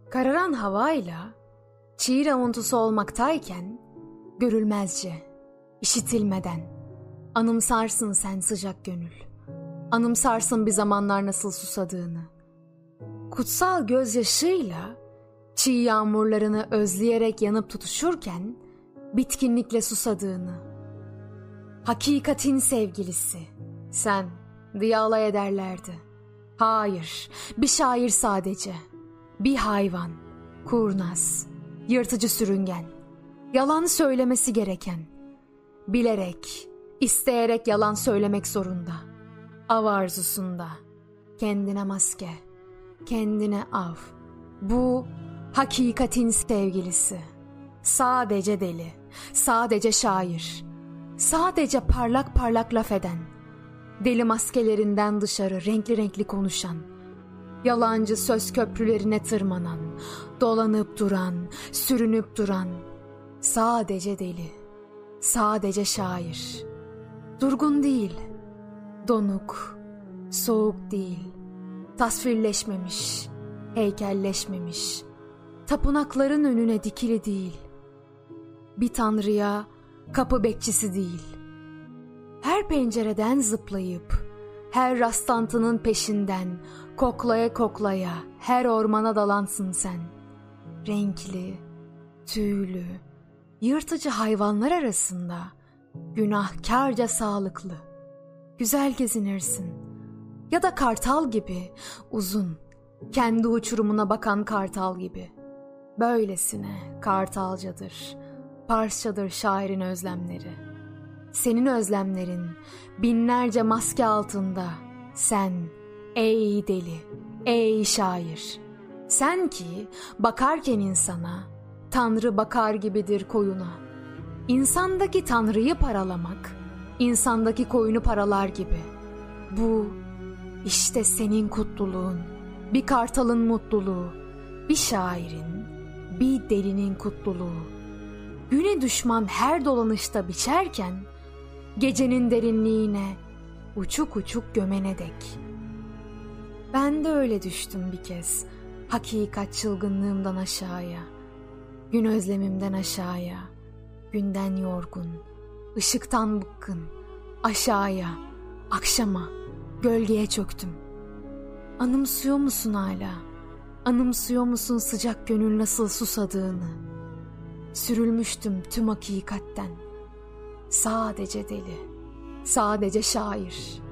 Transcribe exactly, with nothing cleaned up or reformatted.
Kararan havayla çiğ avuntusu olmaktayken görülmezce, işitilmeden anımsarsın sen sıcak gönül. Anımsarsın bir zamanlar nasıl susadığını. Kutsal gözyaşıyla çiğ yağmurlarını özleyerek yanıp tutuşurken bitkinlikle susadığını. Hakikatin sevgilisi sen diye alay ederlerdi. Hayır, bir şair sadece. Bir hayvan, kurnaz, yırtıcı sürüngen. Yalan söylemesi gereken. Bilerek, isteyerek yalan söylemek zorunda. Av arzusunda. Kendine maske, kendine av. Bu hakikatin sevgilisi. Sadece deli, sadece şair. Sadece parlak parlak laf eden. Deli maskelerinden dışarı renkli renkli konuşan. Yalancı söz köprülerine tırmanan, dolanıp duran, sürünüp duran. Sadece deli, sadece şair. Durgun değil, donuk, soğuk değil. Tasvirleşmemiş, heykelleşmemiş. Tapınakların önüne dikili değil. Bir tanrıya kapı bekçisi değil. Her pencereden zıplayıp, her rastlantının peşinden, koklaya koklaya her ormana dalansın sen. Renkli, tüylü, yırtıcı hayvanlar arasında günahkarca sağlıklı, güzel gezinirsin. Ya da kartal gibi uzun, kendi uçurumuna bakan kartal gibi. Böylesine kartalcadır, Parsçadır şairin özlemleri. Senin özlemlerin binlerce maske altında. Sen ey deli, ey şair. Sen ki bakarken insana, Tanrı bakar gibidir koyuna. İnsandaki Tanrı'yı paralamak, insandaki koyunu paralar gibi. Bu işte senin kutluluğun, bir kartalın mutluluğu, bir şairin, bir delinin kutluluğu. Güne düşman her dolanışta biçerken, gecenin derinliğine uçuk uçuk gömene dek. Ben de öyle düştüm bir kez, hakikat çılgınlığımdan aşağıya, gün özlemimden aşağıya, günden yorgun, ışıktan bıkkın, aşağıya, akşama, gölgeye çöktüm. Anımsıyor musun hala? Anımsıyor musun sıcak gönül nasıl susadığını? Sürülmüştüm tüm hakikatten. Sadece deli, sadece şair.